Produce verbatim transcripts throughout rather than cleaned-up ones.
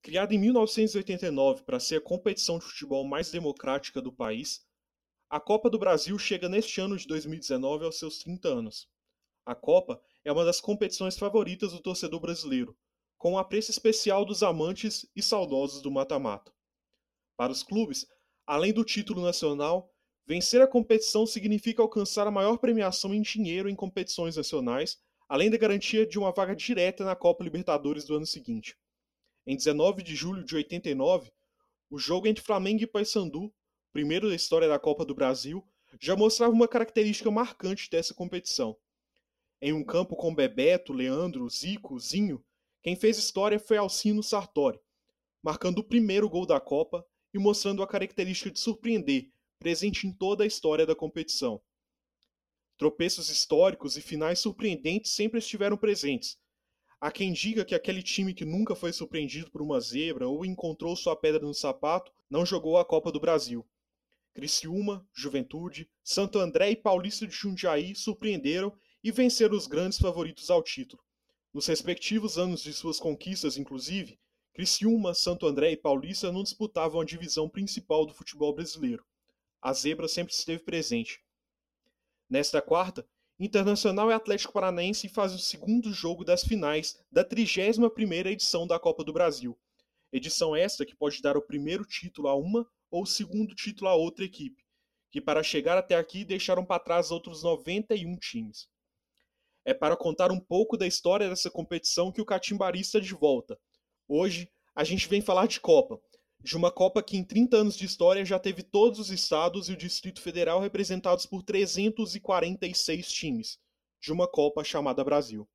Criada em mil novecentos e oitenta e nove para ser a competição de futebol mais democrática do país, a Copa do Brasil chega neste ano de dois mil e dezenove aos seus trinta anos. A Copa é uma das competições favoritas do torcedor brasileiro, com um apreço especial dos amantes e saudosos do mata-mata. Para os clubes, além do título nacional, vencer a competição significa alcançar a maior premiação em dinheiro em competições nacionais, além da garantia de uma vaga direta na Copa Libertadores do ano seguinte. Em dezenove de julho de oitenta e nove, o jogo entre Flamengo e Paysandu, primeiro da história da Copa do Brasil, já mostrava uma característica marcante dessa competição. Em um campo com Bebeto, Leandro, Zico, Zinho, quem fez história foi Alcino Sartori, marcando o primeiro gol da Copa e mostrando a característica de surpreender, presente em toda a história da competição. Tropeços históricos e finais surpreendentes sempre estiveram presentes. Há quem diga que aquele time que nunca foi surpreendido por uma zebra ou encontrou sua pedra no sapato não jogou a Copa do Brasil. Criciúma, Juventude, Santo André e Paulista de Jundiaí surpreenderam e venceram os grandes favoritos ao título. Nos respectivos anos de suas conquistas, inclusive, Criciúma, Santo André e Paulista não disputavam a divisão principal do futebol brasileiro. A zebra sempre esteve presente. Nesta quarta, Internacional e Atlético Paranaense fazem o segundo jogo das finais da trigésima primeira edição da Copa do Brasil. Edição esta que pode dar o primeiro título a uma ou o segundo título a outra equipe, que para chegar até aqui deixaram para trás outros noventa e um times. É para contar um pouco da história dessa competição que o Catimbari está de volta. Hoje, a gente vem falar de Copa, de uma Copa que em trinta anos de história já teve todos os estados e o Distrito Federal representados por trezentos e quarenta e seis times, de uma Copa chamada Brasil.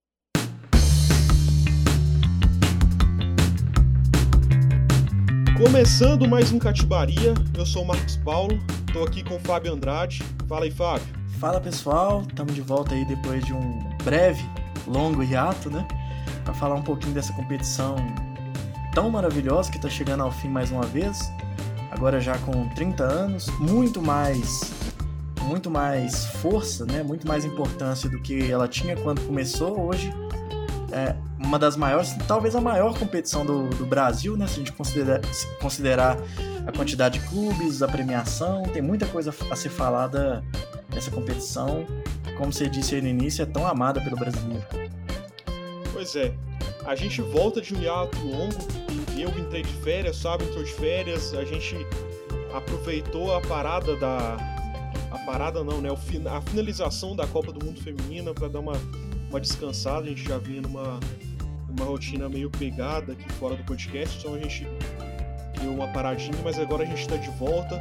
Começando mais um Catibaria, eu sou o Marcos Paulo, estou aqui com o Fábio Andrade. Fala aí, Fábio. Fala pessoal, estamos de volta aí depois de um breve, longo hiato, né? Para falar um pouquinho dessa competição tão maravilhosa que está chegando ao fim mais uma vez, agora já com trinta anos, muito mais, muito mais força, né? Muito mais importância do que ela tinha quando começou. Hoje é uma das maiores, talvez a maior competição do, do Brasil, né? Se a gente considerar, considerar a quantidade de clubes, a premiação, tem muita coisa a ser falada nessa competição. Como você disse aí no início, é tão amada pelo brasileiro. Pois é, a gente volta de um hiato longo, eu entrei de férias, sabe, entrou de férias, a gente aproveitou a parada da... a parada não, né, a finalização da Copa do Mundo Feminina para dar uma, uma descansada. A gente já vinha numa, numa rotina meio pegada aqui fora do podcast, então a gente deu uma paradinha, mas agora a gente está de volta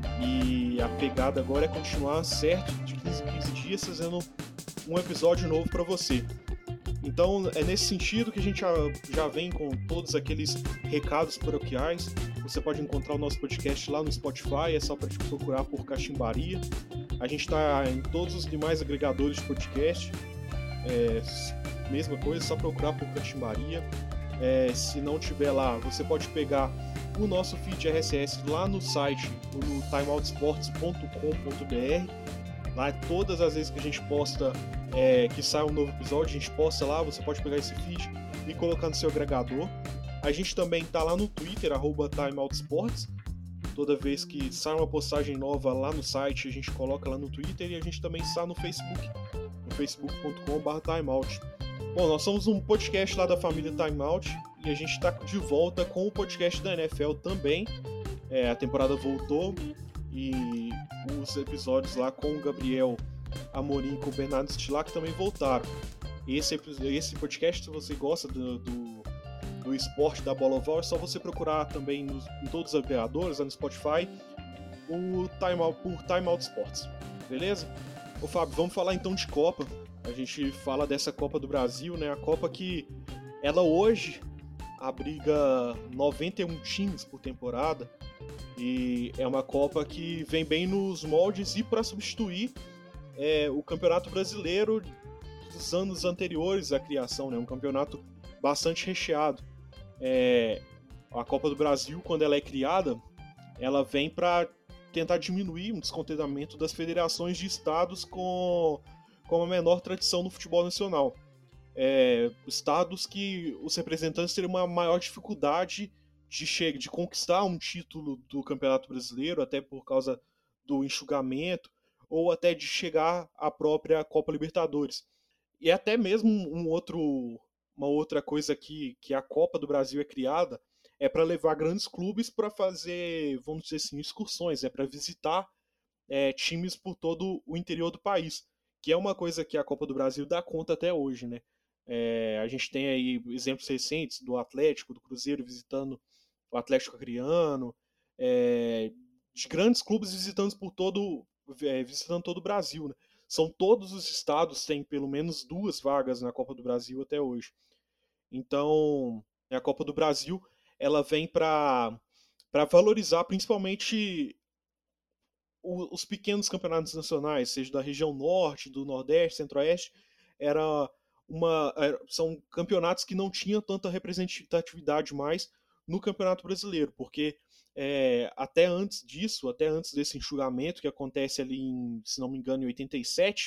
e a pegada agora é continuar certo, de quinze em quinze dias, fazendo um episódio novo para você. Então é nesse sentido que a gente já, já vem com todos aqueles recados paroquiais. Você pode encontrar o nosso podcast lá no Spotify, é só para te procurar por Cachimbaria. A gente está em todos os demais agregadores de podcast, é, mesma coisa, é só procurar por Cachimbaria. É, se não tiver lá, você pode pegar o nosso feed R S S lá no site, no timeoutsports ponto com ponto b r. Lá todas as vezes que a gente posta, é, que sai um novo episódio, a gente posta lá, você pode pegar esse feed e colocar no seu agregador. A gente também tá lá no Twitter, arroba timeoutsports. Toda vez que sai uma postagem nova lá no site, a gente coloca lá no Twitter, e a gente também está no Facebook, no facebook ponto com barra timeout. Bom, nós somos um podcast lá da família Timeout e a gente está de volta com o podcast da N F L também. É, a temporada voltou e os episódios lá com o Gabriel Amorim e com o Bernardo Stilac também voltaram. Esse, esse podcast, se você gosta do, do, do esporte da bola oval, é só você procurar também nos, em todos os agregadores, lá no Spotify, o Time Out, por Time Out Sports, beleza? Ô Fábio, vamos falar então de Copa. A gente fala dessa Copa do Brasil, né? A Copa que ela hoje abriga noventa e um times por temporada e é uma Copa que vem bem nos moldes e para substituir é, o Campeonato Brasileiro dos anos anteriores à criação, né? Um campeonato bastante recheado. É, a Copa do Brasil, quando ela é criada, ela vem para tentar diminuir um descontentamento das federações de estados com, com uma menor tradição no futebol nacional. É, estados que os representantes teriam uma maior dificuldade de, che- de conquistar um título do Campeonato Brasileiro, até por causa do enxugamento, ou até de chegar à própria Copa Libertadores. E até mesmo um outro, uma outra coisa que, que a Copa do Brasil é criada é para levar grandes clubes para fazer, vamos dizer assim, excursões, é para visitar é, times por todo o interior do país, que é uma coisa que a Copa do Brasil dá conta até hoje, né? É, a gente tem aí exemplos recentes do Atlético, do Cruzeiro visitando o Atlético Acreano, é, de grandes clubes visitando por todo, é, visitando todo o Brasil, né? São todos os estados têm pelo menos duas vagas na Copa do Brasil até hoje. Então, a Copa do Brasil ela vem para para valorizar principalmente o, os pequenos campeonatos nacionais, seja da região norte, do nordeste, centro-oeste, era uma era, são campeonatos que não tinham tanta representatividade mais no Campeonato Brasileiro, porque é, até antes disso, até antes desse enxugamento que acontece ali, em, se não me engano, em oitenta e sete,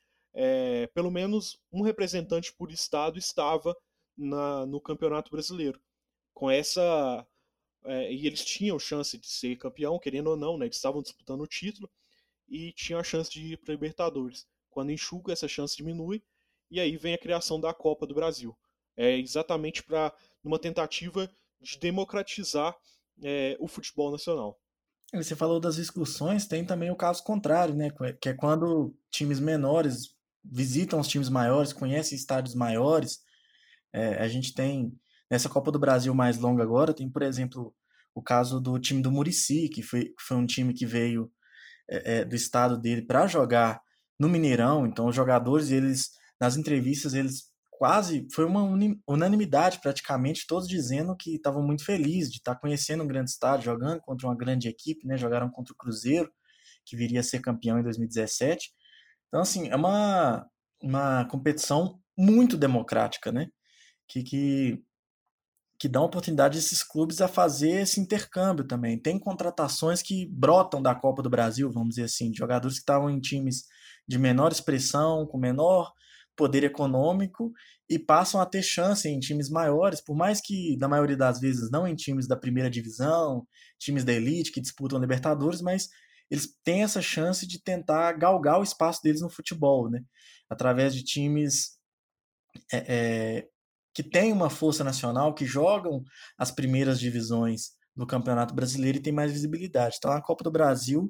é, pelo menos um representante por estado estava na, no Campeonato Brasileiro. Com essa é, e eles tinham chance de ser campeão, querendo ou não, né? Eles estavam disputando o título e tinham a chance de ir para Libertadores. Quando enxuga, essa chance diminui e aí vem a criação da Copa do Brasil. É exatamente para uma tentativa de democratizar é, o futebol nacional. Você falou das excursões, tem também o caso contrário, né? Que é quando times menores visitam os times maiores, conhecem estádios maiores. É, a gente tem, nessa Copa do Brasil mais longa agora, tem, por exemplo, o caso do time do Muricy, que foi, foi um time que veio é, é, do estado dele para jogar no Mineirão. Então, os jogadores, eles, nas entrevistas, eles quase, foi uma unanimidade praticamente, todos dizendo que estavam muito felizes de estar conhecendo um grande estádio, jogando contra uma grande equipe, né? Jogaram contra o Cruzeiro, que viria a ser campeão em dois mil e dezessete. Então, assim, é uma, uma competição muito democrática, né? Que, que, que dá oportunidade a esses clubes a fazer esse intercâmbio também. Tem contratações que brotam da Copa do Brasil, vamos dizer assim, de jogadores que estavam em times de menor expressão, com menor poder econômico, e passam a ter chance em times maiores, por mais que, na maioria das vezes, não em times da primeira divisão, times da elite que disputam Libertadores, mas eles têm essa chance de tentar galgar o espaço deles no futebol, né? Através de times é, é, que têm uma força nacional, que jogam as primeiras divisões do Campeonato Brasileiro e tem mais visibilidade. Então a Copa do Brasil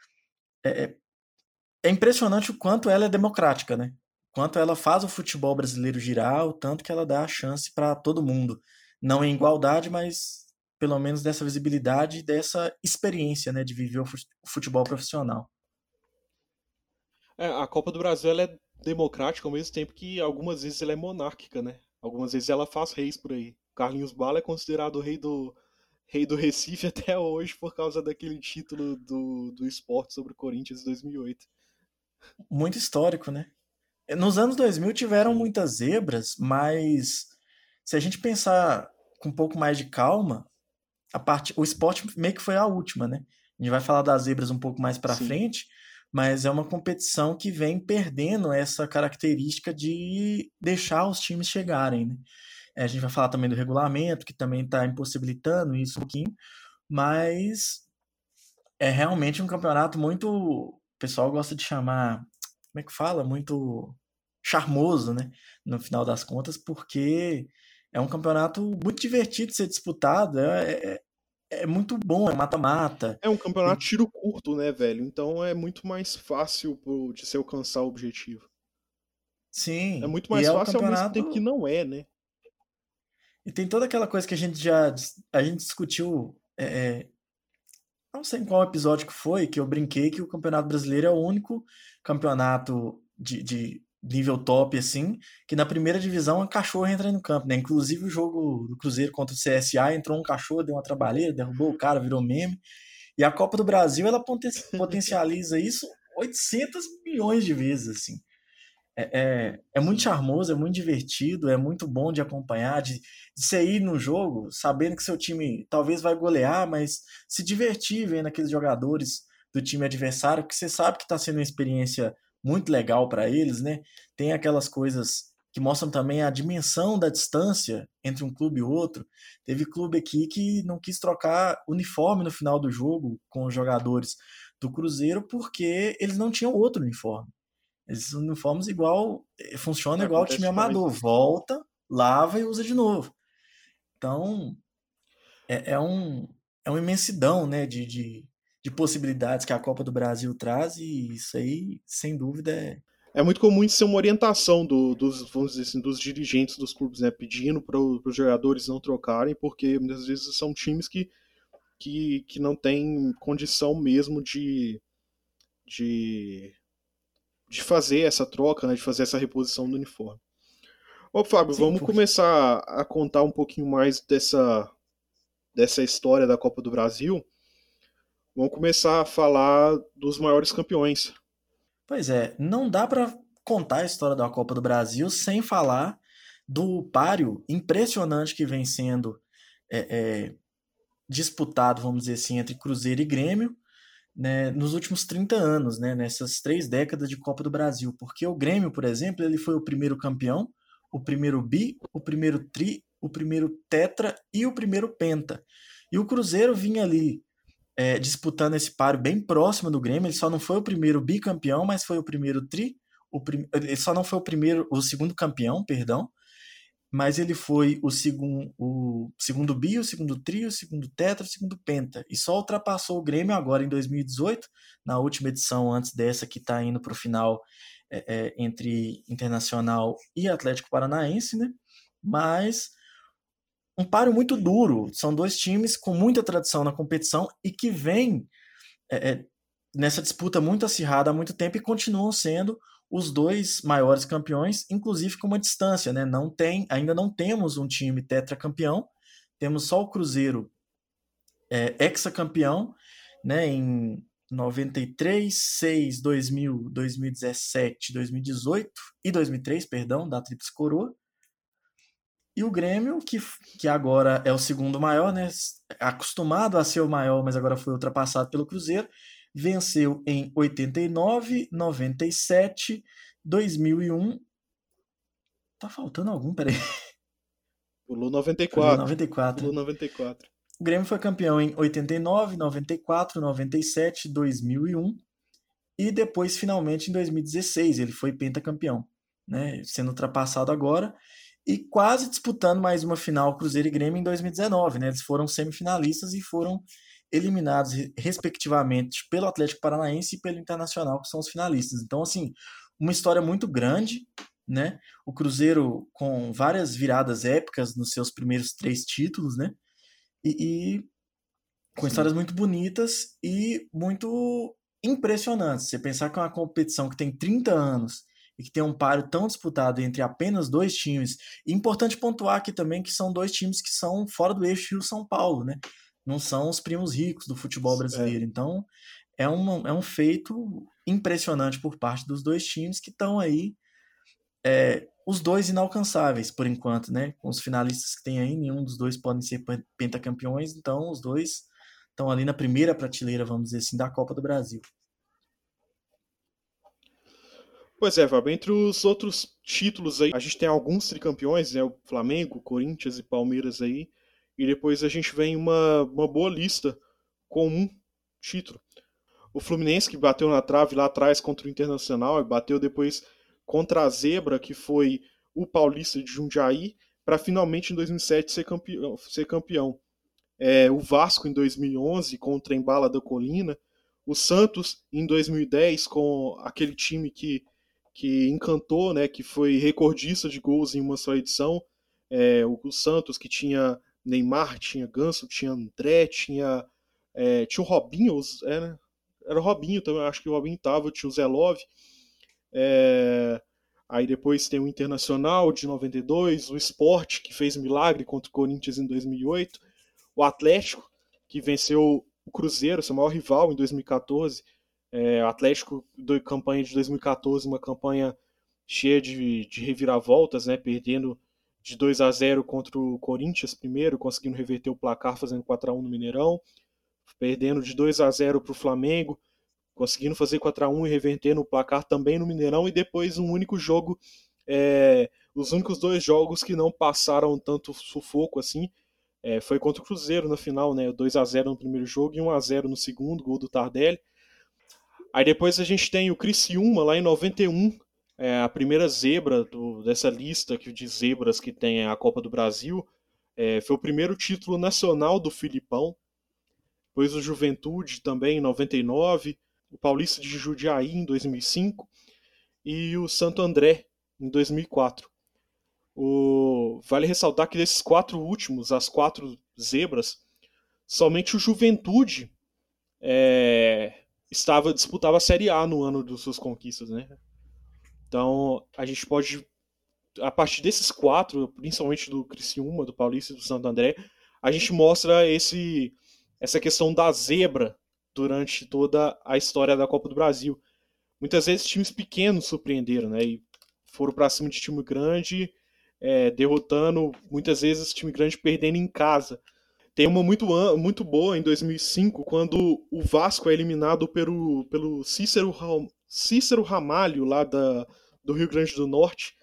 é, é impressionante o quanto ela é democrática, né? O quanto ela faz o futebol brasileiro girar, o tanto que ela dá a chance para todo mundo. Não em igualdade, mas pelo menos dessa visibilidade e dessa experiência, né, de viver o futebol profissional. É, a Copa do Brasil ela é democrática ao mesmo tempo que algumas vezes ela é monárquica, né? Algumas vezes ela faz reis por aí. Carlinhos Bala é considerado o rei do, rei do Recife até hoje por causa daquele título do, do esporte sobre o Corinthians em dois mil e oito. Muito histórico, né? Nos anos dois mil tiveram Sim, muitas zebras, mas se a gente pensar com um pouco mais de calma, a parte, o esporte meio que foi a última, né? A gente vai falar das zebras um pouco mais para sim. frente, mas é uma competição que vem perdendo essa característica de deixar os times chegarem, né? É, a gente vai falar também do regulamento, que também está impossibilitando isso um pouquinho, mas é realmente um campeonato muito. O pessoal gosta de chamar. Como é que fala? Muito charmoso, né? No final das contas, porque é um campeonato muito divertido de ser disputado, é, é, é muito bom, é mata-mata. É um Tem- campeonato tiro curto, né, velho? Então é muito mais fácil pro- de se alcançar o objetivo. É Sim, muito e mais é o fácil ao mesmo tempo que campeonato. não é, né? E tem toda aquela coisa que a gente já. dis- A gente discutiu. é, é, não sei em qual episódio que foi, que eu brinquei que o Campeonato Brasileiro é o único campeonato de, de nível top, assim, que na primeira divisão um cachorro entra no campo, né? Inclusive o jogo do Cruzeiro contra o C S A entrou um cachorro, deu uma trabalheira, derrubou o cara, virou meme. E a Copa do Brasil, ela poten- potencializa isso oitocentos milhões de vezes, assim. É, é, é muito Sim. charmoso, é muito divertido, é muito bom de acompanhar, de, de você ir no jogo sabendo que seu time talvez vai golear, mas se divertir vendo aqueles jogadores do time adversário, que você sabe que está sendo uma experiência muito legal para eles, né? Tem aquelas coisas que mostram também a dimensão da distância entre um clube e outro. Teve clube aqui que não quis trocar uniforme no final do jogo com os jogadores do Cruzeiro porque eles não tinham outro uniforme. Esses uniformes igual funcionam igual o time Acontece demais. amador, volta, lava e usa de novo. Então é, é, um, é uma imensidão, né, de, de, de possibilidades que a Copa do Brasil traz, e isso aí, sem dúvida, é. É muito comum isso ser uma orientação do, dos, vamos dizer assim, dos dirigentes dos clubes, né, pedindo para os jogadores não trocarem, porque muitas vezes são times que, que, que não têm condição mesmo de, de, de fazer essa troca, né, de fazer essa reposição do uniforme. Ô, Fábio, Sim, vamos porque... começar a contar um pouquinho mais dessa, dessa história da Copa do Brasil. Vamos começar a falar dos maiores campeões. Pois é, não dá para contar a história da Copa do Brasil sem falar do páreo impressionante que vem sendo é, é, disputado, vamos dizer assim, entre Cruzeiro e Grêmio, né, nos últimos trinta anos, né, nessas três décadas de Copa do Brasil. Porque o Grêmio, por exemplo, ele foi o primeiro campeão, o primeiro bi, o primeiro tri, o primeiro tetra e o primeiro penta. E o Cruzeiro vinha ali é, disputando esse páreo bem próximo do Grêmio. Ele só não foi o primeiro bicampeão, mas foi o primeiro tri. O prim... Ele só não foi o primeiro, o segundo campeão, perdão, mas ele foi o segundo, o segundo bi, o segundo tri, o segundo tetra, o segundo penta. E só ultrapassou o Grêmio agora em dois mil e dezoito, na última edição antes dessa que está indo para o final é, é, entre Internacional e Atlético Paranaense, né? Mas um páreo muito duro. São dois times com muita tradição na competição e que vêm é, é, nessa disputa muito acirrada há muito tempo e continuam sendo os dois maiores campeões, inclusive com uma distância, né? Não tem, ainda não temos um time tetracampeão, temos só o Cruzeiro é, hexacampeão, né? Em noventa e três, seis, dois mil, dois mil e dezessete, dois mil e dezoito e dois mil e três, perdão, da Tríplice Coroa. E o Grêmio, que, que agora é o segundo maior, né? Acostumado a ser o maior, mas agora foi ultrapassado pelo Cruzeiro, venceu em oitenta e nove, noventa e sete, dois mil e um. Tá faltando algum? Peraí. Pulou noventa e Pulei quatro. noventa e quatro. Pulou noventa e quatro. O Grêmio foi campeão em oitenta e nove, noventa e quatro, noventa e sete, dois mil e um e depois, finalmente, em dois mil e dezesseis, ele foi pentacampeão, né? Sendo ultrapassado agora e quase disputando mais uma final Cruzeiro e Grêmio em dois mil e dezenove, né? Eles foram semifinalistas e foram eliminados respectivamente pelo Atlético Paranaense e pelo Internacional, que são os finalistas. Então, assim, uma história muito grande, né? O Cruzeiro com várias viradas épicas nos seus primeiros três títulos, né? E, e com Sim. histórias muito bonitas e muito impressionantes. Você pensar que é uma competição que tem trinta anos e que tem um páreo tão disputado entre apenas dois times. E importante pontuar aqui também que são dois times que são fora do eixo Rio-São Paulo, né? Não são os primos ricos do futebol brasileiro. É. Então, é, uma, é um feito impressionante por parte dos dois times que estão aí, é, os dois inalcançáveis, por enquanto, né? Com os finalistas que tem aí, nenhum dos dois podem ser pentacampeões, então os dois estão ali na primeira prateleira, vamos dizer assim, da Copa do Brasil. Pois é, Fábio, entre os outros títulos aí, a gente tem alguns tricampeões, né? O Flamengo, Corinthians e Palmeiras aí. E depois a gente vem uma, uma boa lista com um título. O Fluminense, que bateu na trave lá atrás contra o Internacional, e bateu depois contra a Zebra, que foi o Paulista de Jundiaí, para finalmente em dois mil e sete ser campeão. Ser campeão. É, o Vasco em dois mil e onze com o Trem-Bala da Colina. O Santos em dois mil e dez com aquele time que, que encantou, né, que foi recordista de gols em uma só edição. É, o, o Santos que tinha Neymar, tinha Ganso, tinha André, tinha, é, tinha o Robinho, era, era o Robinho também, acho que o Robinho tava, tinha o Zé Love. É, aí depois tem o Internacional de noventa e dois, o Sport, que fez milagre contra o Corinthians em dois mil e oito, o Atlético, que venceu o Cruzeiro, seu maior rival, em dois mil e catorze. É, o Atlético, da campanha de dois mil e catorze, uma campanha cheia de, de reviravoltas, né, perdendo de dois a zero contra o Corinthians primeiro, conseguindo reverter o placar fazendo quatro a um no Mineirão, perdendo de dois a zero para o Flamengo, conseguindo fazer quatro a um e revertendo o placar também no Mineirão, e depois um único jogo, é, Os únicos dois jogos que não passaram tanto sufoco assim é, foi contra o Cruzeiro na final, né? dois a zero no primeiro jogo e um a zero no segundo, gol do Tardelli. Aí depois a gente tem o Criciúma lá em noventa e um, é, a primeira zebra do, dessa lista de zebras que tem a Copa do Brasil. É, foi o primeiro título nacional do Filipão. Depois o Juventude também em noventa e nove, o Paulista de Jundiaí em dois mil e cinco e o Santo André em dois mil e quatro. O... Vale ressaltar que desses quatro últimos, as quatro zebras, somente o Juventude é... estava disputava a Série A no ano das suas conquistas, né? Então a gente pode, a partir desses quatro, principalmente do Criciúma, do Paulista e do Santo André, a gente mostra esse essa questão da zebra durante toda a história da Copa do Brasil. Muitas vezes times pequenos surpreenderam, né? E foram para cima de time grande, é, derrotando, muitas vezes time grande perdendo em casa. Tem uma muito, muito boa em dois mil e cinco, quando o Vasco é eliminado pelo, pelo Cícero, Cícero Ramalho, lá da, do Rio Grande do Norte,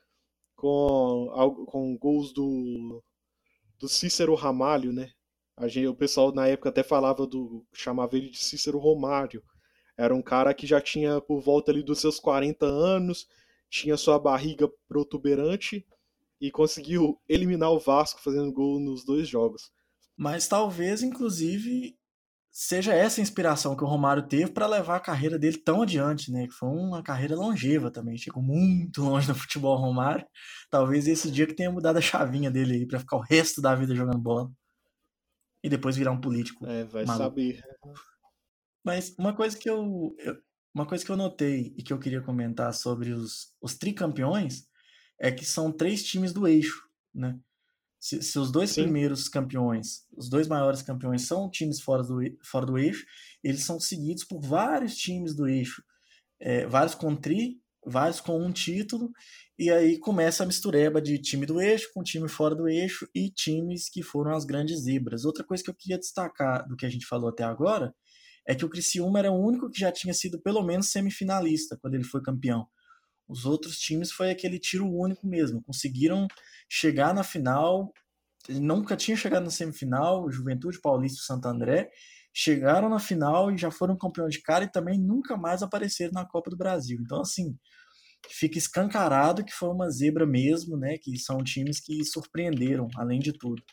com, com gols do, do Cícero Ramalho, né? A gente, o pessoal na época até falava do, chamava ele de Cícero Romário. Era um cara que já tinha por volta ali dos seus quarenta anos, tinha sua barriga protuberante e conseguiu eliminar o Vasco fazendo gol nos dois jogos. Mas talvez, inclusive, seja essa a inspiração que o Romário teve para levar a carreira dele tão adiante, né? Que foi uma carreira longeva também, chegou muito longe no futebol Romário. Talvez esse dia que tenha mudado a chavinha dele aí para ficar o resto da vida jogando bola e depois virar um político. É, vai maluco. saber. Mas uma coisa que eu, eu uma coisa que eu notei e que eu queria comentar sobre os, os tricampeões é que são três times do eixo, né? Se, se os dois Sim. primeiros campeões, os dois maiores campeões são times fora do, fora do eixo, eles são seguidos por vários times do eixo, é, vários com tri, vários com um título, e aí começa a mistureba de time do eixo com time fora do eixo e times que foram as grandes zebras. Outra coisa que eu queria destacar do que a gente falou até agora é que o Criciúma era o único que já tinha sido pelo menos semifinalista quando ele foi campeão. Os outros times foi aquele tiro único mesmo, conseguiram chegar na final, nunca tinha chegado na semifinal, Juventude, Paulista e Santo André, chegaram na final e já foram campeão de cara e também nunca mais apareceram na Copa do Brasil. Então, assim, fica escancarado que foi uma zebra mesmo, né? Que são times que surpreenderam, além de tudo.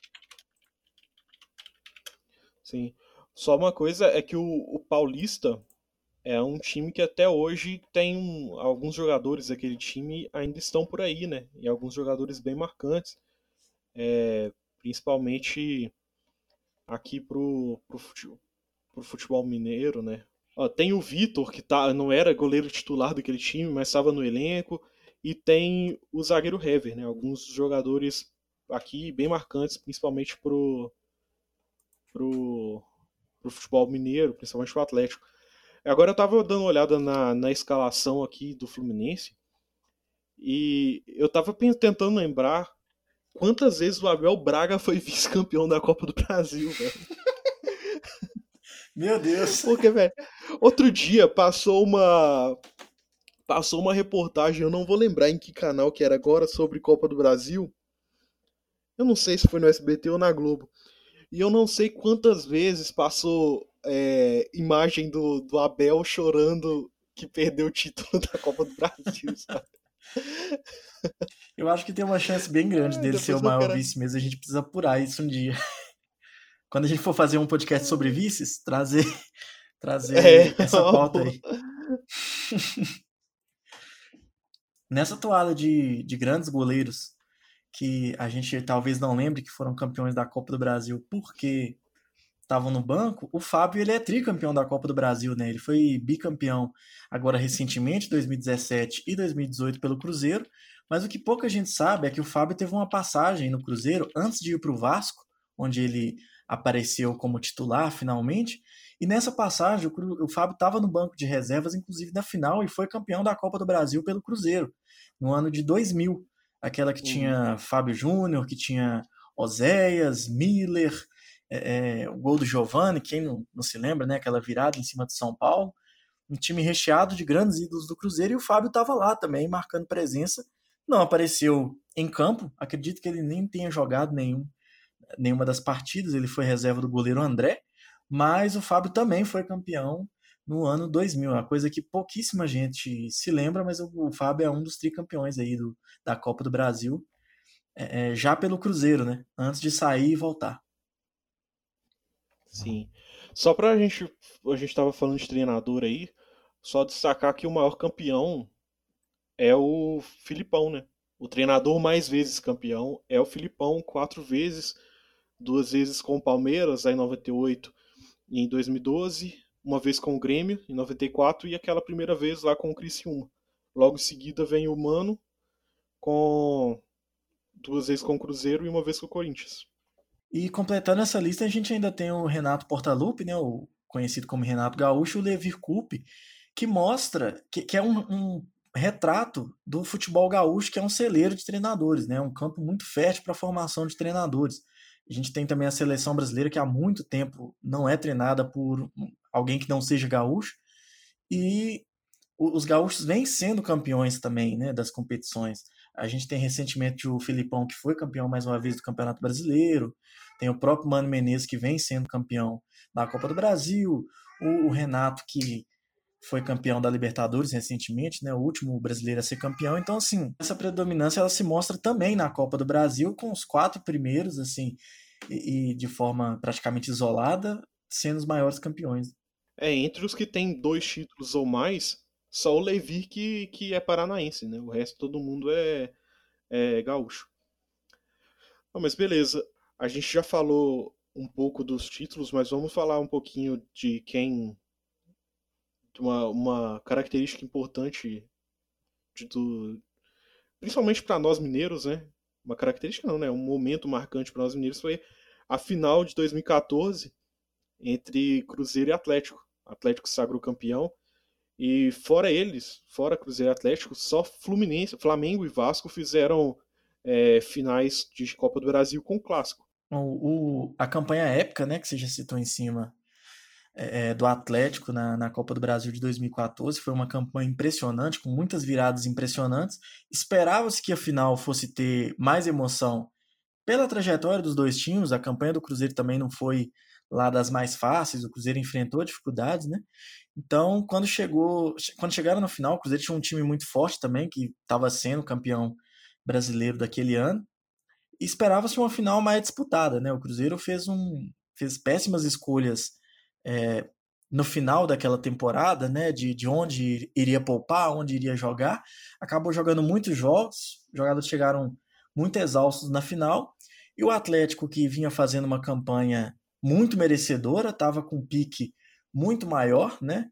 Sim. Só uma coisa é que o, o Paulista é um time que até hoje tem um, alguns jogadores daquele time ainda estão por aí, né? E alguns jogadores bem marcantes. É, principalmente aqui pro, pro, futebol, pro futebol mineiro, né? Ó, tem o Vitor, que tá, não era goleiro titular daquele time, mas estava no elenco. E tem o zagueiro Hever, né? Alguns jogadores aqui bem marcantes, principalmente pro, pro, pro futebol mineiro, principalmente pro Atlético. Agora eu tava dando uma olhada na, na escalação aqui do Fluminense e eu tava tentando lembrar quantas vezes o Abel Braga foi vice-campeão da Copa do Brasil, velho. Meu Deus. Porque, velho, outro dia passou uma passou uma reportagem, eu não vou lembrar em que canal que era agora, sobre Copa do Brasil. Eu não sei se foi no S B T ou na Globo. E eu não sei quantas vezes passou é, imagem do, do Abel chorando que perdeu o título da Copa do Brasil, sabe? Eu acho que tem uma chance bem grande Ai, dele ser o maior quero... vice mesmo. A gente precisa apurar isso um dia. Quando a gente for fazer um podcast sobre vices, trazer, trazer é, essa pauta aí. Nessa toada de, de grandes goleiros que a gente talvez não lembre que foram campeões da Copa do Brasil porque estavam no banco, o Fábio ele é tricampeão da Copa do Brasil, né? Ele foi bicampeão agora recentemente, dois mil e dezessete e dois mil e dezoito pelo Cruzeiro, mas o que pouca gente sabe é que o Fábio teve uma passagem no Cruzeiro antes de ir para o Vasco, onde ele apareceu como titular finalmente, e nessa passagem o, Cru... o Fábio estava no banco de reservas, inclusive na final, e foi campeão da Copa do Brasil pelo Cruzeiro, no ano de dois mil, aquela que uhum. tinha Fábio Júnior, que tinha Oséias, Miller, é, é, o gol do Giovani, quem não, não se lembra, né? Aquela virada em cima de São Paulo, um time recheado de grandes ídolos do Cruzeiro, e o Fábio estava lá também, marcando presença, não apareceu em campo, acredito que ele nem tenha jogado nenhum, nenhuma das partidas, ele foi reserva do goleiro André, mas o Fábio também foi campeão no ano dois mil, uma coisa que pouquíssima gente se lembra, mas o, o Fábio é um dos tricampeões aí do, da Copa do Brasil, é, é, já pelo Cruzeiro, né? Antes de sair e voltar. Sim. Só pra gente. A gente tava falando de treinador aí. Só destacar que o maior campeão é o Filipão, né? O treinador mais vezes campeão é o Filipão, quatro vezes, duas vezes com o Palmeiras, aí em noventa e oito e em dois mil e doze, uma vez com o Grêmio, em noventa e quatro, e aquela primeira vez lá com o Criciúma. Logo em seguida vem o Mano, com duas vezes com o Cruzeiro e uma vez com o Corinthians. E completando essa lista, a gente ainda tem o Renato Portaluppi, né, o conhecido como Renato Gaúcho, e o Levir Coupe, que mostra que, que é um, um retrato do futebol gaúcho, que é um celeiro de treinadores, né, um campo muito fértil para a formação de treinadores. A gente tem também a seleção brasileira, que há muito tempo não é treinada por alguém que não seja gaúcho, e os gaúchos vêm sendo campeões também, né, das competições. A gente tem recentemente o Filipão, que foi campeão mais uma vez do Campeonato Brasileiro, tem o próprio Mano Menezes, que vem sendo campeão da Copa do Brasil, o, o Renato, que foi campeão da Libertadores recentemente, né, o último brasileiro a ser campeão. Então, assim, essa predominância ela se mostra também na Copa do Brasil, com os quatro primeiros, assim, e, e de forma praticamente isolada, sendo os maiores campeões. É, entre os que tem dois títulos ou mais, só o Levir que, que é paranaense, né? O resto todo mundo é, é gaúcho. Ah, mas beleza, a gente já falou um pouco dos títulos, mas vamos falar um pouquinho de quem. De uma, uma característica importante de, do, principalmente para nós mineiros, né? Uma característica não, né? Um momento marcante para nós mineiros foi a final de dois mil e quatorze entre Cruzeiro e Atlético. O Atlético se sagrou campeão. E fora eles, fora Cruzeiro e Atlético, só Fluminense, Flamengo e Vasco fizeram é, finais de Copa do Brasil com clássico. O, o, a campanha épica, né, que você já citou em cima, é, do Atlético na, na Copa do Brasil de dois mil e quatorze, foi uma campanha impressionante, com muitas viradas impressionantes. Esperava-se que a final fosse ter mais emoção pela trajetória dos dois times. A campanha do Cruzeiro também não foi lá das mais fáceis, o Cruzeiro enfrentou dificuldades, né? Então, quando chegou, quando chegaram no final, o Cruzeiro tinha um time muito forte também, que estava sendo campeão brasileiro daquele ano. E esperava-se uma final mais disputada, né? O Cruzeiro fez, um, fez péssimas escolhas é, no final daquela temporada, né? De, de onde iria poupar, onde iria jogar. Acabou jogando muitos jogos, os jogadores chegaram muito exaustos na final. E o Atlético, que vinha fazendo uma campanha muito merecedora, estava com um pique muito maior, né?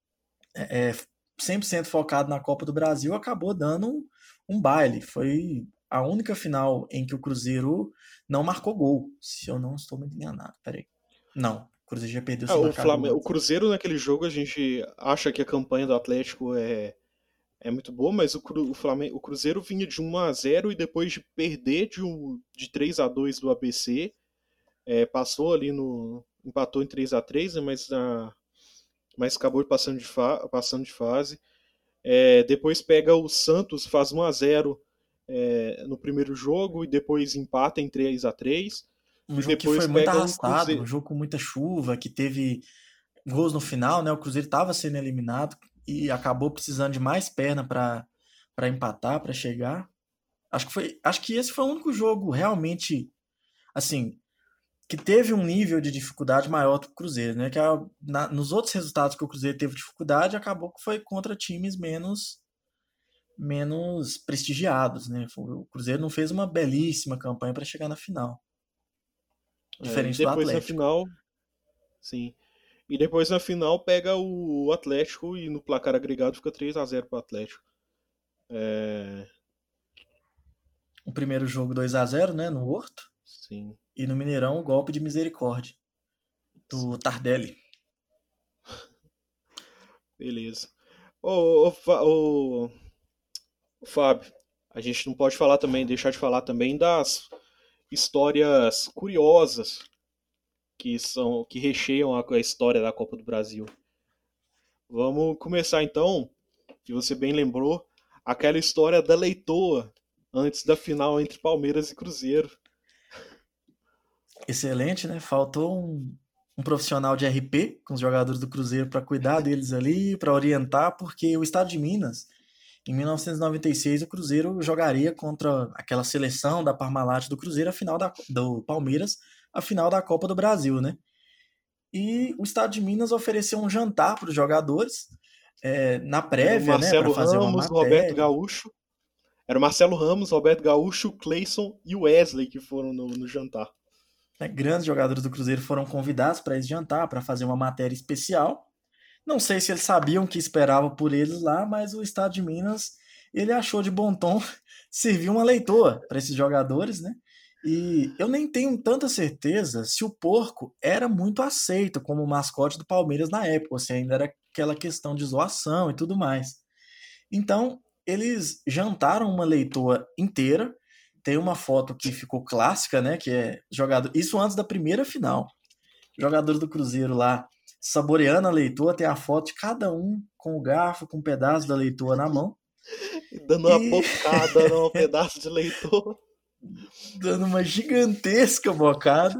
É, cem por cento focado na Copa do Brasil, acabou dando um, um baile. Foi a única final em que o Cruzeiro não marcou gol, se eu não estou muito enganado. Peraí. Não, o Cruzeiro já perdeu Ah, sem o, marcar gol Flamengo, o antes. Cruzeiro naquele jogo a gente acha que a campanha do Atlético é, é muito boa, mas o, Cru, o, Flamengo, o Cruzeiro vinha de um a zero e depois de perder de, um, de três a dois do A B C, é, passou ali no. Empatou em três a três, né, mas, na, mas acabou passando de, fa, passando de fase. É, depois pega o Santos, faz um a zero é, no primeiro jogo e depois empata em três a três. Um E jogo que foi depois muito pega o arrastado, um Cruzeiro. jogo com muita chuva, que teve gols no final, né? O Cruzeiro estava sendo eliminado e acabou precisando de mais perna para para empatar, para chegar. Acho que foi, acho que esse foi o único jogo realmente assim que teve um nível de dificuldade maior do que o Cruzeiro, né? Que a, na, nos outros resultados que o Cruzeiro teve dificuldade, acabou que foi contra times menos menos prestigiados, né? O Cruzeiro não fez uma belíssima campanha para chegar na final, É, e diferente do depois na Atlético. final, sim. E depois na final pega o Atlético e no placar agregado fica três a zero pro Atlético. É, O primeiro jogo dois a zero, né, no Horto, sim. e no Mineirão o golpe de misericórdia do Tardelli. Beleza. Ô, ô, Fa- ô, ô, Fábio, a gente não pode falar também, deixar de falar também das histórias curiosas que são que recheiam a, a história da Copa do Brasil. Vamos começar então, que você bem lembrou, aquela história da Leitoa, antes da final entre Palmeiras e Cruzeiro. Excelente, né? Faltou um, um profissional de R P com os jogadores do Cruzeiro para cuidar deles ali, para orientar, porque o estado de Minas, em mil novecentos e noventa e seis, o Cruzeiro jogaria contra aquela seleção da Parmalat do Cruzeiro, a final da, do Palmeiras, a final da Copa do Brasil, né? E o estado de Minas ofereceu um jantar para os jogadores, é, na Era o prévia, né, para Marcelo fazer uma Ramos, o Roberto matéria. Gaúcho. Era o Marcelo Ramos, Roberto Gaúcho, Cleison e o Wesley que foram no, no jantar. Né, grandes jogadores do Cruzeiro foram convidados para esse jantar, para fazer uma matéria especial. Não sei se eles sabiam o que esperava por eles lá, mas o estado de Minas, ele achou de bom tom servir uma leitoa para esses jogadores, né? E eu nem tenho tanta certeza se o porco era muito aceito como mascote do Palmeiras na época, ou se ainda era aquela questão de zoação e tudo mais. Então, eles jantaram uma leitoa inteira. Tem uma foto que ficou clássica, né? Que é jogador. Isso antes da primeira final. Jogador do Cruzeiro lá saboreando a leitoa, tem a foto de cada um com o garfo, com um pedaço da leitoa na mão. Dando uma E bocada num pedaço de leitoa. dando uma gigantesca bocada.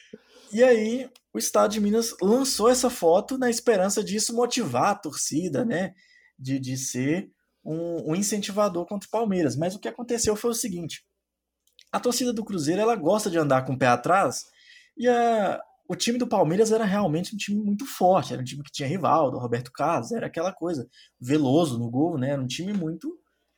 E aí, o Estado de Minas lançou essa foto na esperança disso motivar a torcida, né? De, de ser um, um incentivador contra o Palmeiras. Mas o que aconteceu foi o seguinte: a torcida do Cruzeiro ela gosta de andar com o pé atrás, e a, o time do Palmeiras era realmente um time muito forte. Era um time que tinha Rivaldo, Roberto Carlos, era aquela coisa. Veloso no gol, né? Era um time muito,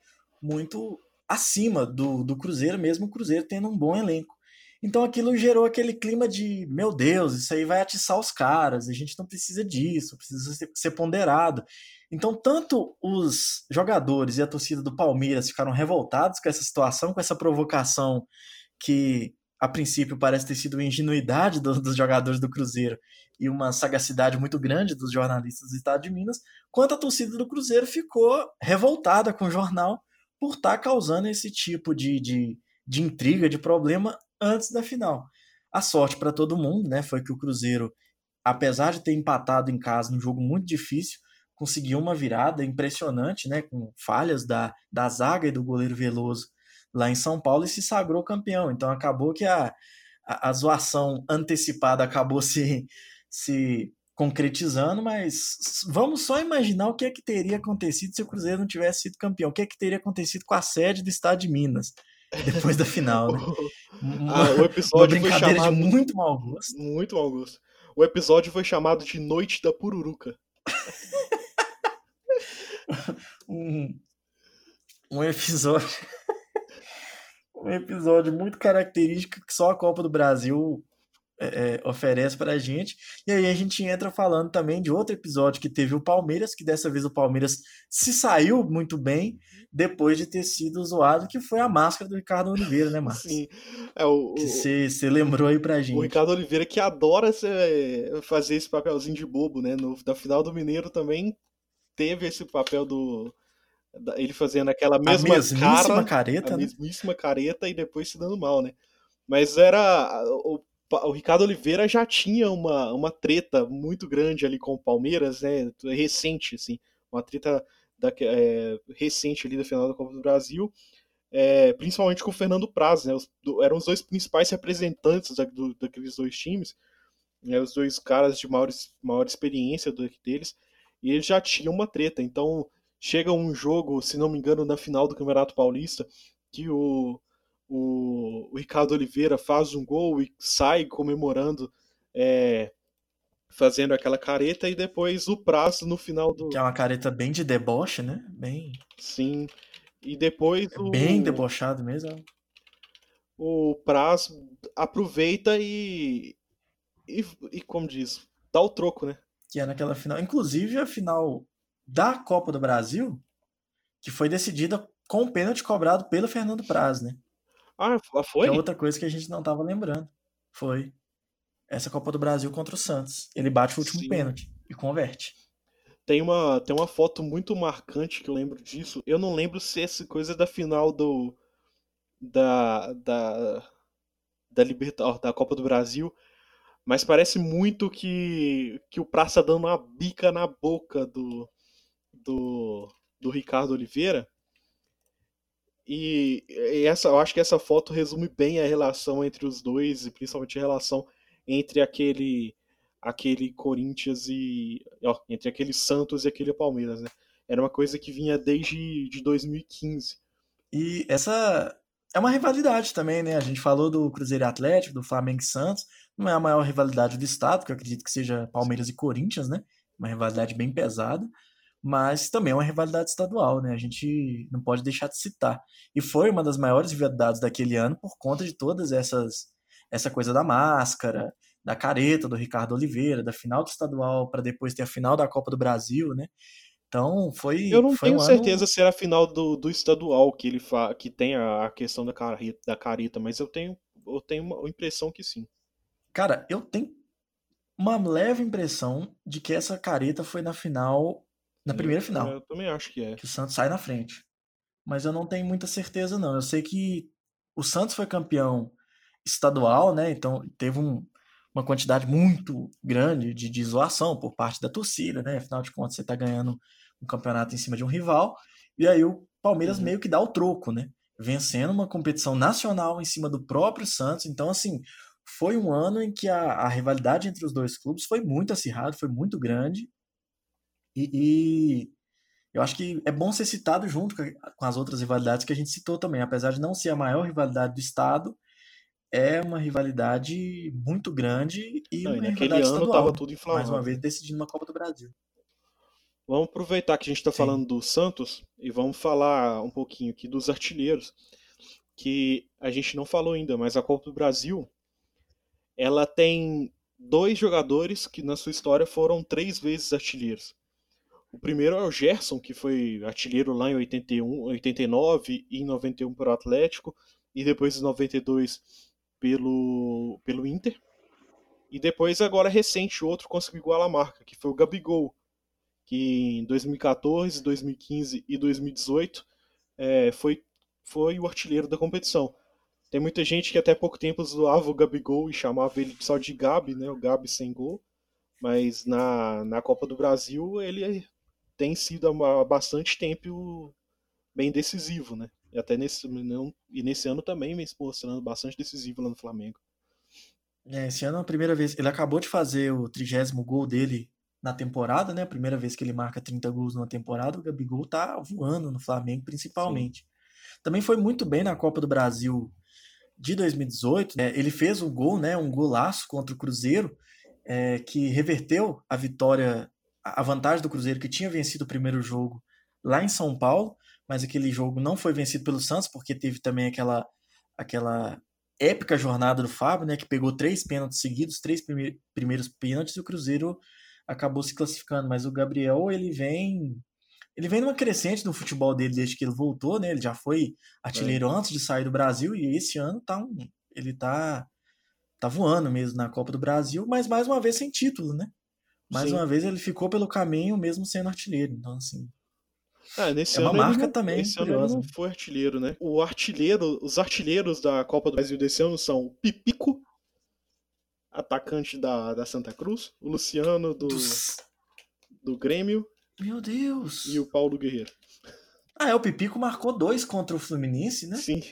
muito acima do, do Cruzeiro, mesmo o Cruzeiro tendo um bom elenco. Então aquilo gerou aquele clima de, meu Deus, isso aí vai atiçar os caras, a gente não precisa disso, precisa ser, ser ponderado. Então tanto os jogadores e a torcida do Palmeiras ficaram revoltados com essa situação, com essa provocação que a princípio parece ter sido uma ingenuidade do, dos jogadores do Cruzeiro e uma sagacidade muito grande dos jornalistas do Estado de Minas, quanto a torcida do Cruzeiro ficou revoltada com o jornal por estar causando esse tipo de, de, de intriga, de problema antes da final. A sorte para todo mundo, né, foi que o Cruzeiro, apesar de ter empatado em casa num jogo muito difícil, conseguiu uma virada impressionante, né, com falhas da, da zaga e do goleiro Veloso lá em São Paulo, e se sagrou campeão. Então acabou que a, a, a zoação antecipada acabou se, se concretizando, mas vamos só imaginar o que é que teria acontecido se o Cruzeiro não tivesse sido campeão. O que é que teria acontecido com a sede do Estado de Minas depois da final, né? Uma, Ah, o uma episódio foi brincadeira de chamado. muito mau gosto. Muito mau gosto. O episódio foi chamado de Noite da Pururuca. Um, um episódio. Um episódio muito característico que só a Copa do Brasil é, é, oferece pra gente. E aí a gente entra falando também de outro episódio que teve o Palmeiras, que dessa vez o Palmeiras se saiu muito bem depois de ter sido zoado, que foi a máscara do Ricardo Oliveira, né, Marcos? Sim. É, o, Que o, você lembrou aí pra o gente. Ricardo Oliveira que adora ser, fazer esse papelzinho de bobo, né? No, da final do Mineiro também teve esse papel do. da- ele fazendo aquela A mesma mesmíssima cara, a careta, né? mesmíssima careta e depois se dando mal, né? Mas era. O, o Ricardo Oliveira já tinha uma, uma treta muito grande ali com o Palmeiras, né? Recente, assim. Uma treta da, é, recente ali da final da Copa do Brasil. É, principalmente com o Fernando Praz, né? Os, do, eram os dois principais representantes da, do, daqueles dois times, né? Os dois caras de maior, maior experiência do, deles, e eles já tinham uma treta. Então chega um jogo, se não me engano, na final do Campeonato Paulista, que o, o, o Ricardo Oliveira faz um gol e sai comemorando, é, fazendo aquela careta, e depois o Praz no final Que do. é uma careta bem de deboche, né? Bem, Sim. E depois bem o, debochado mesmo. o Praz aproveita e, e, e, como diz, dá o troco, né? Que é naquela final. Inclusive a final da Copa do Brasil, que foi decidida com o pênalti cobrado pelo Fernando Praz, né? Ah, Que é foi? outra coisa que a gente não estava lembrando. Foi essa Copa do Brasil contra o Santos. Ele bate o último Sim. pênalti e converte. Tem uma, tem uma foto muito marcante que eu lembro disso. Eu não lembro se essa coisa é da final do da da da Libertadores, da Copa do Brasil, mas parece muito que que o Praça dando uma bica na boca do do do Ricardo Oliveira. E, e essa, eu acho que essa foto resume bem a relação entre os dois, e principalmente a relação entre aquele aquele Corinthians e ó, entre aquele Santos e aquele Palmeiras, né? Era uma coisa que vinha desde de dois mil e quinze. E essa é uma rivalidade também, né? A gente falou do Cruzeiro e Atlético, do Flamengo e Santos. Não é a maior rivalidade do estado, que eu acredito que seja Palmeiras e Corinthians, né? Uma rivalidade bem pesada, mas também é uma rivalidade estadual, né? A gente não pode deixar de citar. E foi uma das maiores rivalidades daquele ano por conta de todas essas essa coisa da máscara, da careta do Ricardo Oliveira, da final do estadual para depois ter a final da Copa do Brasil, né? Então Eu foi não foi tenho um ano. certeza se era a final do, do estadual que ele fa, que tem a, a questão da careta, da careta, mas eu tenho eu tenho uma impressão que sim. Cara, eu tenho uma leve impressão de que essa careta foi na final, na Eu, primeira eu final, também acho que é. que o Santos sai na frente. Mas eu não tenho muita certeza, não. Eu sei que o Santos foi campeão estadual, né? Então teve um- uma quantidade muito grande de, de zoação por parte da torcida, né? Afinal de contas, você está ganhando um campeonato em cima de um rival. E aí o Palmeiras Uhum. meio que dá o troco, né? Vencendo uma competição nacional em cima do próprio Santos. Então, assim, foi um ano em que a, a rivalidade entre os dois clubes foi muito acirrada, foi muito grande. E, e eu acho que é bom ser citado junto com com as outras rivalidades que a gente citou também. Apesar de não ser a maior rivalidade do estado, é uma rivalidade muito grande e Não, e uma naquele rivalidade ano tava estadual, né? tudo Mais uma inflamado, vez né? decidindo uma Copa do Brasil. Vamos aproveitar que a gente está Sim. falando do Santos e vamos falar um pouquinho aqui dos artilheiros, que a gente não falou ainda, mas a Copa do Brasil, ela tem dois jogadores que na sua história foram três vezes artilheiros. O primeiro é o Gerson, que foi artilheiro lá em oitenta e um, oitenta e nove e em noventa e um pelo Atlético, e depois em noventa e dois pelo, pelo Inter. E depois, agora recente, o outro conseguiu igualar a marca, que foi o Gabigol, que em dois mil e quatorze, dois mil e quinze e dois mil e dezoito é, foi, foi o artilheiro da competição. Tem muita gente que até pouco tempo zoava o Gabigol e chamava ele só de Gabi, né? O Gabi sem gol. Mas na, na Copa do Brasil ele tem sido há bastante tempo bem decisivo, né? E até nesse, não, e nesse ano também vem se mostrando bastante decisivo lá no Flamengo. É, esse ano é a primeira vez. Ele acabou de fazer o trigésimo gol dele na temporada, né? A primeira vez que ele marca trinta gols numa temporada. O Gabigol tá voando no Flamengo, Sim. principalmente. Também foi muito bem na Copa do Brasil de dois mil e dezoito. É, ele fez um gol, né? Um golaço contra o Cruzeiro, é, que reverteu a vitória, a vantagem do Cruzeiro, que tinha vencido o primeiro jogo lá em São Paulo, mas aquele jogo não foi vencido pelo Santos, porque teve também aquela, aquela épica jornada do Fábio, né, que pegou três pênaltis seguidos, três prime- primeiros pênaltis, e o Cruzeiro acabou se classificando. Mas o Gabriel, ele vem ele vem numa crescente no futebol dele desde que ele voltou, né? Ele já foi É. artilheiro antes de sair do Brasil e esse ano tá um, ele tá tá voando mesmo na Copa do Brasil, mas mais uma vez sem título, né? Mais Sim. uma vez ele ficou pelo caminho mesmo sendo artilheiro. Então, assim, Ah, é nesse uma ano ele marca não, também esse ano ele curiosa, não né? foi artilheiro, né? O artilheiro, os artilheiros da Copa do Brasil desse ano são o Pipico, atacante da, da Santa Cruz, o Luciano do, Dos... do Grêmio Meu e o Deus! Paulo Guerreiro. Ah, é, o Pipico marcou dois contra o Fluminense, né? Sim.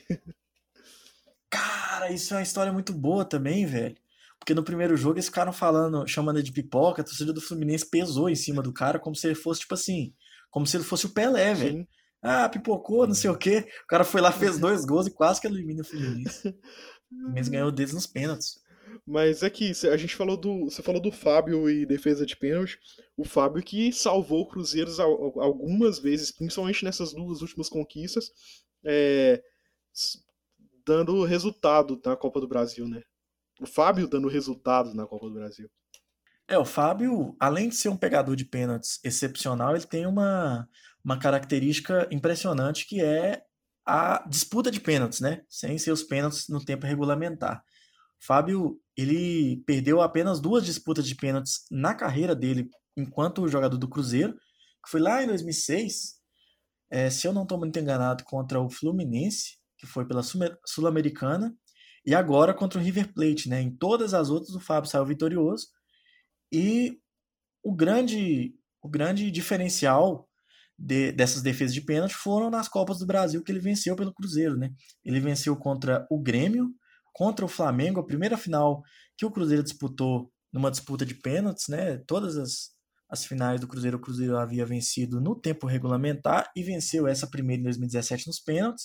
Cara, isso é uma história muito boa também, velho. Porque no primeiro jogo eles ficaram falando, chamando ele de pipoca, a torcida do Fluminense pesou em cima do cara como se ele fosse, tipo assim, como se ele fosse o Pelé, velho. Sim. Ah, pipocou, não sei o quê. O cara foi lá, fez dois gols e quase que elimina o Fluminense. O Fluminense ganhou deles nos pênaltis. Mas é que a gente falou do. Você falou do Fábio e defesa de pênalti. O Fábio que salvou o Cruzeiro algumas vezes, principalmente nessas duas últimas conquistas, é, dando resultado na Copa do Brasil, né? O Fábio dando resultado na Copa do Brasil. É, o Fábio, além de ser um pegador de pênaltis excepcional, ele tem uma, uma característica impressionante que é a disputa de pênaltis, né? Sem ser os pênaltis no tempo regulamentar. Fábio, ele perdeu apenas duas disputas de pênaltis na carreira dele enquanto jogador do Cruzeiro, que foi lá em dois mil e seis, é, se eu não estou muito enganado, contra o Fluminense, que foi pela Sul-Americana, e agora contra o River Plate, né? Em todas as outras o Fábio saiu vitorioso e o grande, o grande diferencial de, dessas defesas de pênalti foram nas Copas do Brasil que ele venceu pelo Cruzeiro, né? Ele venceu contra o Grêmio, contra o Flamengo, a primeira final que o Cruzeiro disputou numa disputa de pênaltis, né? Todas as, as finais do Cruzeiro, o Cruzeiro havia vencido no tempo regulamentar e venceu essa primeira em dois mil e dezessete nos pênaltis.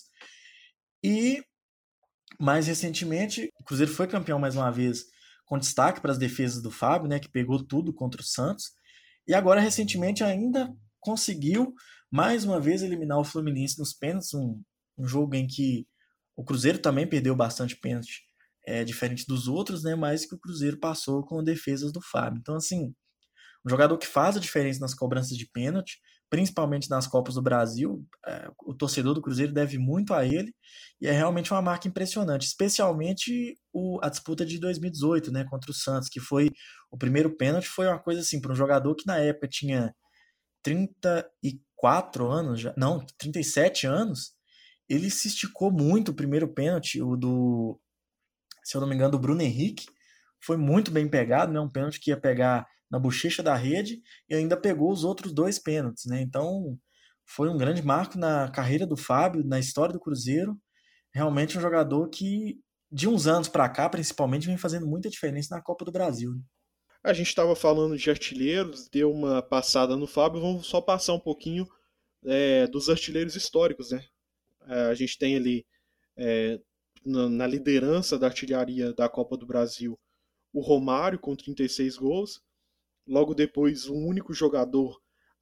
E mais recentemente, o Cruzeiro foi campeão mais uma vez com destaque para as defesas do Fábio, né? Que pegou tudo contra o Santos. E agora, recentemente, ainda conseguiu mais uma vez eliminar o Fluminense nos pênaltis, um, um jogo em que o Cruzeiro também perdeu bastante pênalti, é, diferente dos outros, né? Mas que o Cruzeiro passou com defesas do Fábio. Então, assim, um jogador que faz a diferença nas cobranças de pênalti, principalmente nas Copas do Brasil, é, o torcedor do Cruzeiro deve muito a ele, e é realmente uma marca impressionante, especialmente o, a disputa de dois mil e dezoito, né, contra o Santos, que foi o primeiro pênalti, foi uma coisa assim, para um jogador que na época tinha trinta e quatro anos, já, não, trinta e sete anos, ele se esticou muito o primeiro pênalti, o do, se eu não me engano, do Bruno Henrique, foi muito bem pegado, né, um pênalti que ia pegar na bochecha da rede e ainda pegou os outros dois pênaltis, né? Então foi um grande marco na carreira do Fábio, na história do Cruzeiro. Realmente um jogador que de uns anos para cá, principalmente, vem fazendo muita diferença na Copa do Brasil. Né? A gente estava falando de artilheiros, deu uma passada no Fábio, vamos só passar um pouquinho é, dos artilheiros históricos, né? É, a gente tem ali é, na, na liderança da artilharia da Copa do Brasil o Romário com trinta e seis gols. Logo depois, um único jogador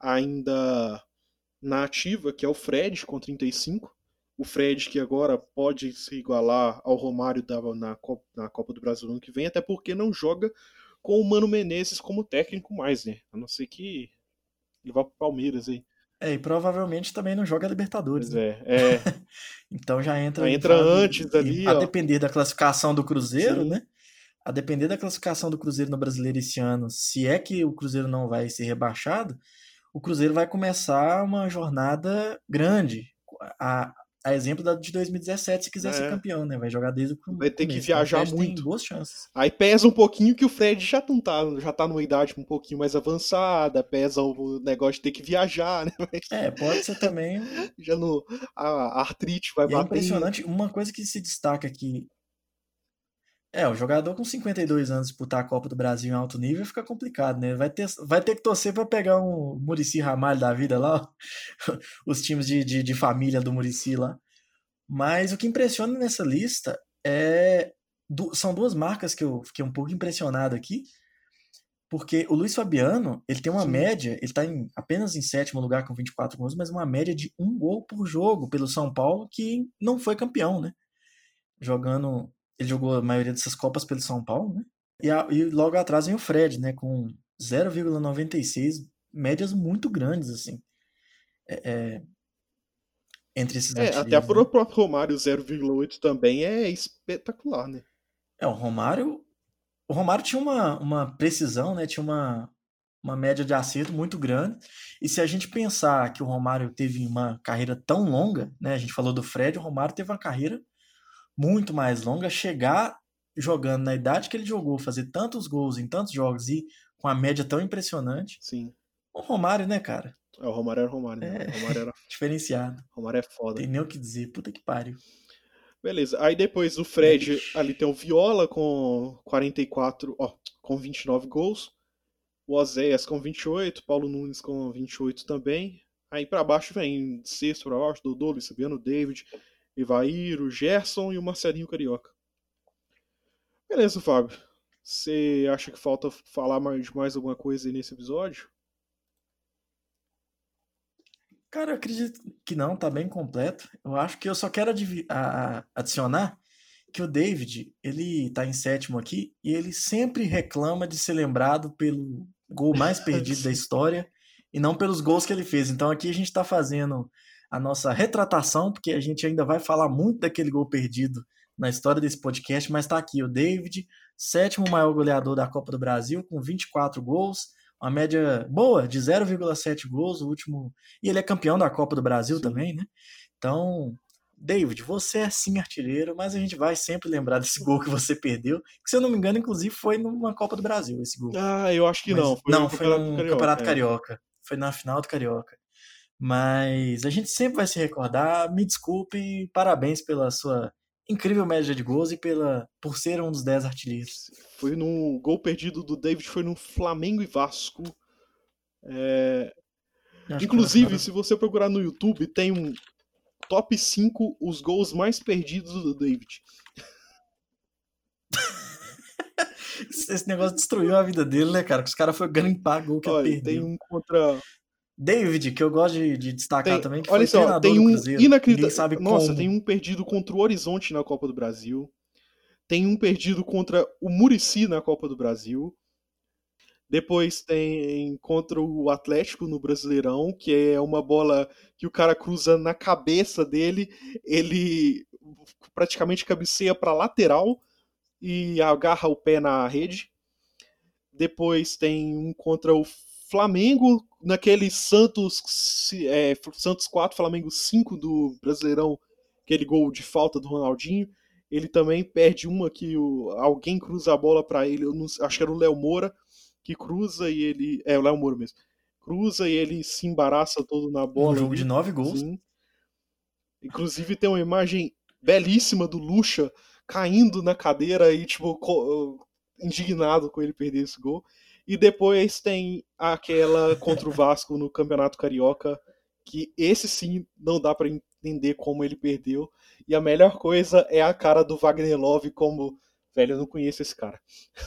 ainda na ativa, que é o Fred, com trinta e cinco. O Fred, que agora pode se igualar ao Romário da, na, Copa, na Copa do Brasil ano que vem, até porque não joga com o Mano Menezes como técnico mais, né? A não ser que ele vá pro Palmeiras aí. É, e provavelmente também não joga Libertadores. Pois né? é. é... então já entra, entra antes e, ali, a ó. depender da classificação do Cruzeiro, Sim. né? A depender da classificação do Cruzeiro no Brasileiro esse ano, se é que o Cruzeiro não vai ser rebaixado, o Cruzeiro vai começar uma jornada grande. A, a exemplo da de dois mil e dezessete, se quiser é. ser campeão, né? Vai jogar desde o começo. Vai ter que viajar então, muito. Tem boas chances. Aí pesa um pouquinho que o Fred já não tá, já tá numa idade um pouquinho mais avançada, pesa o negócio de ter que viajar, né? Mas... É, pode ser também. já no, a, a artrite vai e bater. É impressionante, uma coisa que se destaca aqui. É, o jogador com cinquenta e dois anos disputar a Copa do Brasil em alto nível fica complicado, né? Vai ter, vai ter que torcer para pegar um Muricy Ramalho da vida lá, os times de, de, de família do Muricy lá. Mas o que impressiona nessa lista é du, são duas marcas que eu fiquei um pouco impressionado aqui, porque o Luiz Fabiano, ele tem uma Sim. média, ele está em, apenas em sétimo lugar com vinte e quatro gols, mas uma média de um gol por jogo pelo São Paulo, que não foi campeão, né? Jogando... Ele jogou a maioria dessas Copas pelo São Paulo, né? E, a, e logo atrás vem o Fred, né? Com zero vírgula noventa e seis, médias muito grandes, assim. É, é, entre esses é, até né? O próprio Romário zero vírgula oito também é espetacular, né? É, o Romário... O Romário tinha uma, uma precisão, né? Tinha uma, uma média de acerto muito grande. E se a gente pensar que o Romário teve uma carreira tão longa, né? A gente falou do Fred, o Romário teve uma carreira muito mais longa, chegar jogando na idade que ele jogou, fazer tantos gols em tantos jogos e com a média tão impressionante. Sim. O Romário, né, cara? É, o Romário era o Romário, né? É... O Romário era diferenciado. O Romário é foda. Tem nem o que dizer, puta que pariu. Beleza, aí depois o Fred, Ixi. ali tem o Viola com quarenta e quatro, ó, com vinte e nove gols. O Oséias com vinte e oito, Paulo Nunes com vinte e oito também. Aí pra baixo vem sexto pra baixo, Dodô, Luiz Fabiano, David, Evair, o Gerson e o Marcelinho Carioca. Beleza, Fábio. Você acha que falta falar mais, de mais alguma coisa aí nesse episódio? Cara, eu acredito que não, tá bem completo. Eu acho que eu só quero a, a, adicionar que o David, ele tá em sétimo aqui e ele sempre reclama de ser lembrado pelo gol mais perdido da história e não pelos gols que ele fez. Então aqui a gente tá fazendo a nossa retratação, porque a gente ainda vai falar muito daquele gol perdido na história desse podcast, mas tá aqui o David, sétimo maior goleador da Copa do Brasil, com vinte e quatro gols, uma média boa de zero vírgula sete gols, o último... E ele é campeão da Copa do Brasil Sim. também, né? Então, David, você é sim artilheiro, mas a gente vai sempre lembrar desse gol que você perdeu, que se eu não me engano, inclusive, foi numa Copa do Brasil, esse gol. Ah, eu acho que mas, não. Foi não, no foi no Campeonato Carioca. É. Campeonato Carioca. Foi na final do Carioca. Mas a gente sempre vai se recordar. Me desculpe e parabéns pela sua incrível média de gols e pela, por ser um dos dez artilheiros. Foi no gol perdido do David, foi no Flamengo e Vasco. É... Inclusive, se você procurar no YouTube, tem um top cinco os gols mais perdidos do David. Esse negócio destruiu a vida dele, né, cara? Que os caras foram garimpar gol que Olha, ele perdeu. Tem um contra... David, que eu gosto de, de destacar tem... também, que Olha foi só, treinador tem um do Cruzeiro. inacreditável... Ninguém sabe Nossa, como. tem um perdido contra o Horizonte na Copa do Brasil. Tem um perdido contra o Muricy na Copa do Brasil. Depois tem contra o Atlético no Brasileirão, que é uma bola que o cara cruza na cabeça dele, ele praticamente cabeceia para lateral e agarra o pé na rede. Depois tem um contra o Flamengo, naquele Santos, é, Santos quatro, Flamengo cinco do Brasileirão, aquele gol de falta do Ronaldinho. Ele também perde uma que o, alguém cruza a bola para ele, eu não, acho que era o Léo Moura, que cruza e ele... É, o Léo Moura mesmo. Cruza e ele se embaraça todo na bola. Um jogo ali. de nove gols. Sim. Inclusive tem uma imagem belíssima do Lucha caindo na cadeira e, tipo, indignado com ele perder esse gol. E depois tem aquela contra o Vasco no Campeonato Carioca, que esse sim não dá pra entender como ele perdeu. E a melhor coisa é a cara do Wagner Love como... Velho, eu não conheço esse cara.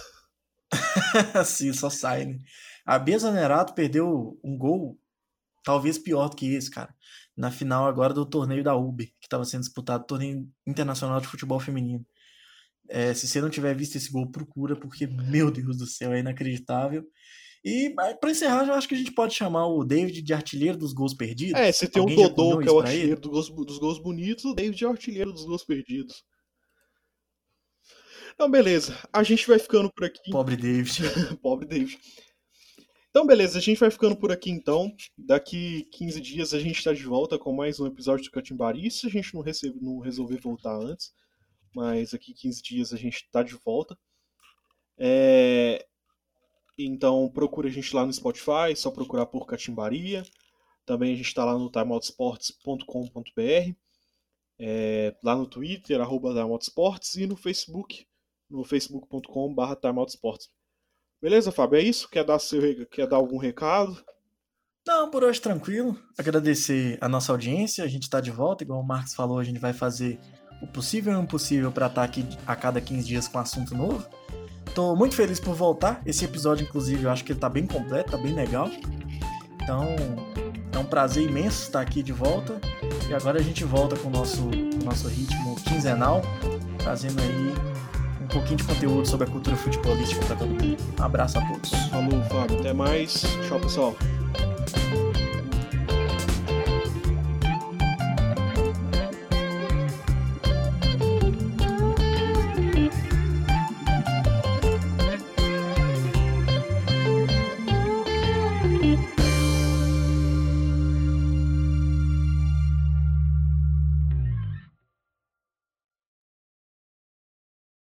Sim, só sai, né? A Bia Zanerato perdeu um gol talvez pior do que esse, cara. Na final agora do torneio da Uber, que estava sendo disputado, torneio internacional de futebol feminino. É, se você não tiver visto esse gol, procura, porque, meu Deus do céu, é inacreditável. E para encerrar, eu acho que a gente pode chamar o David de artilheiro dos gols perdidos. É, se tem Alguém o Dodô, que é o artilheiro dos gols, dos gols bonitos, o David é o artilheiro dos gols perdidos. Então, beleza. A gente vai ficando por aqui. Pobre David. Pobre David. Então, beleza. A gente vai ficando por aqui, então. Daqui quinze dias a gente tá de volta com mais um episódio do Catimbari. Se a gente não, recebe, não resolver voltar antes. Mas aqui quinze dias a gente tá de volta. É... Então, procura a gente lá no Spotify. Só procurar por Catimbaria. Também a gente tá lá no timeoutsports ponto com ponto b r. É... Lá no Twitter, arroba timeoutsports. E no Facebook, no facebook ponto com barra timeoutsports. Beleza, Fábio? É isso? Quer dar, seu, quer dar algum recado? Não, por hoje tranquilo. Agradecer a nossa audiência. A gente está de volta, igual o Marcos falou, a gente vai fazer o possível e o impossível para estar aqui a cada quinze dias com assunto novo. Tô muito feliz por voltar. Esse episódio, inclusive, eu acho que ele tá bem completo, tá bem legal. Então, é um prazer imenso estar aqui de volta. E agora a gente volta com o nosso, com o nosso ritmo quinzenal, trazendo aí um pouquinho de conteúdo sobre a cultura futebolística para todo mundo. Um abraço a todos. Falou, Fábio. Até mais. Tchau, pessoal.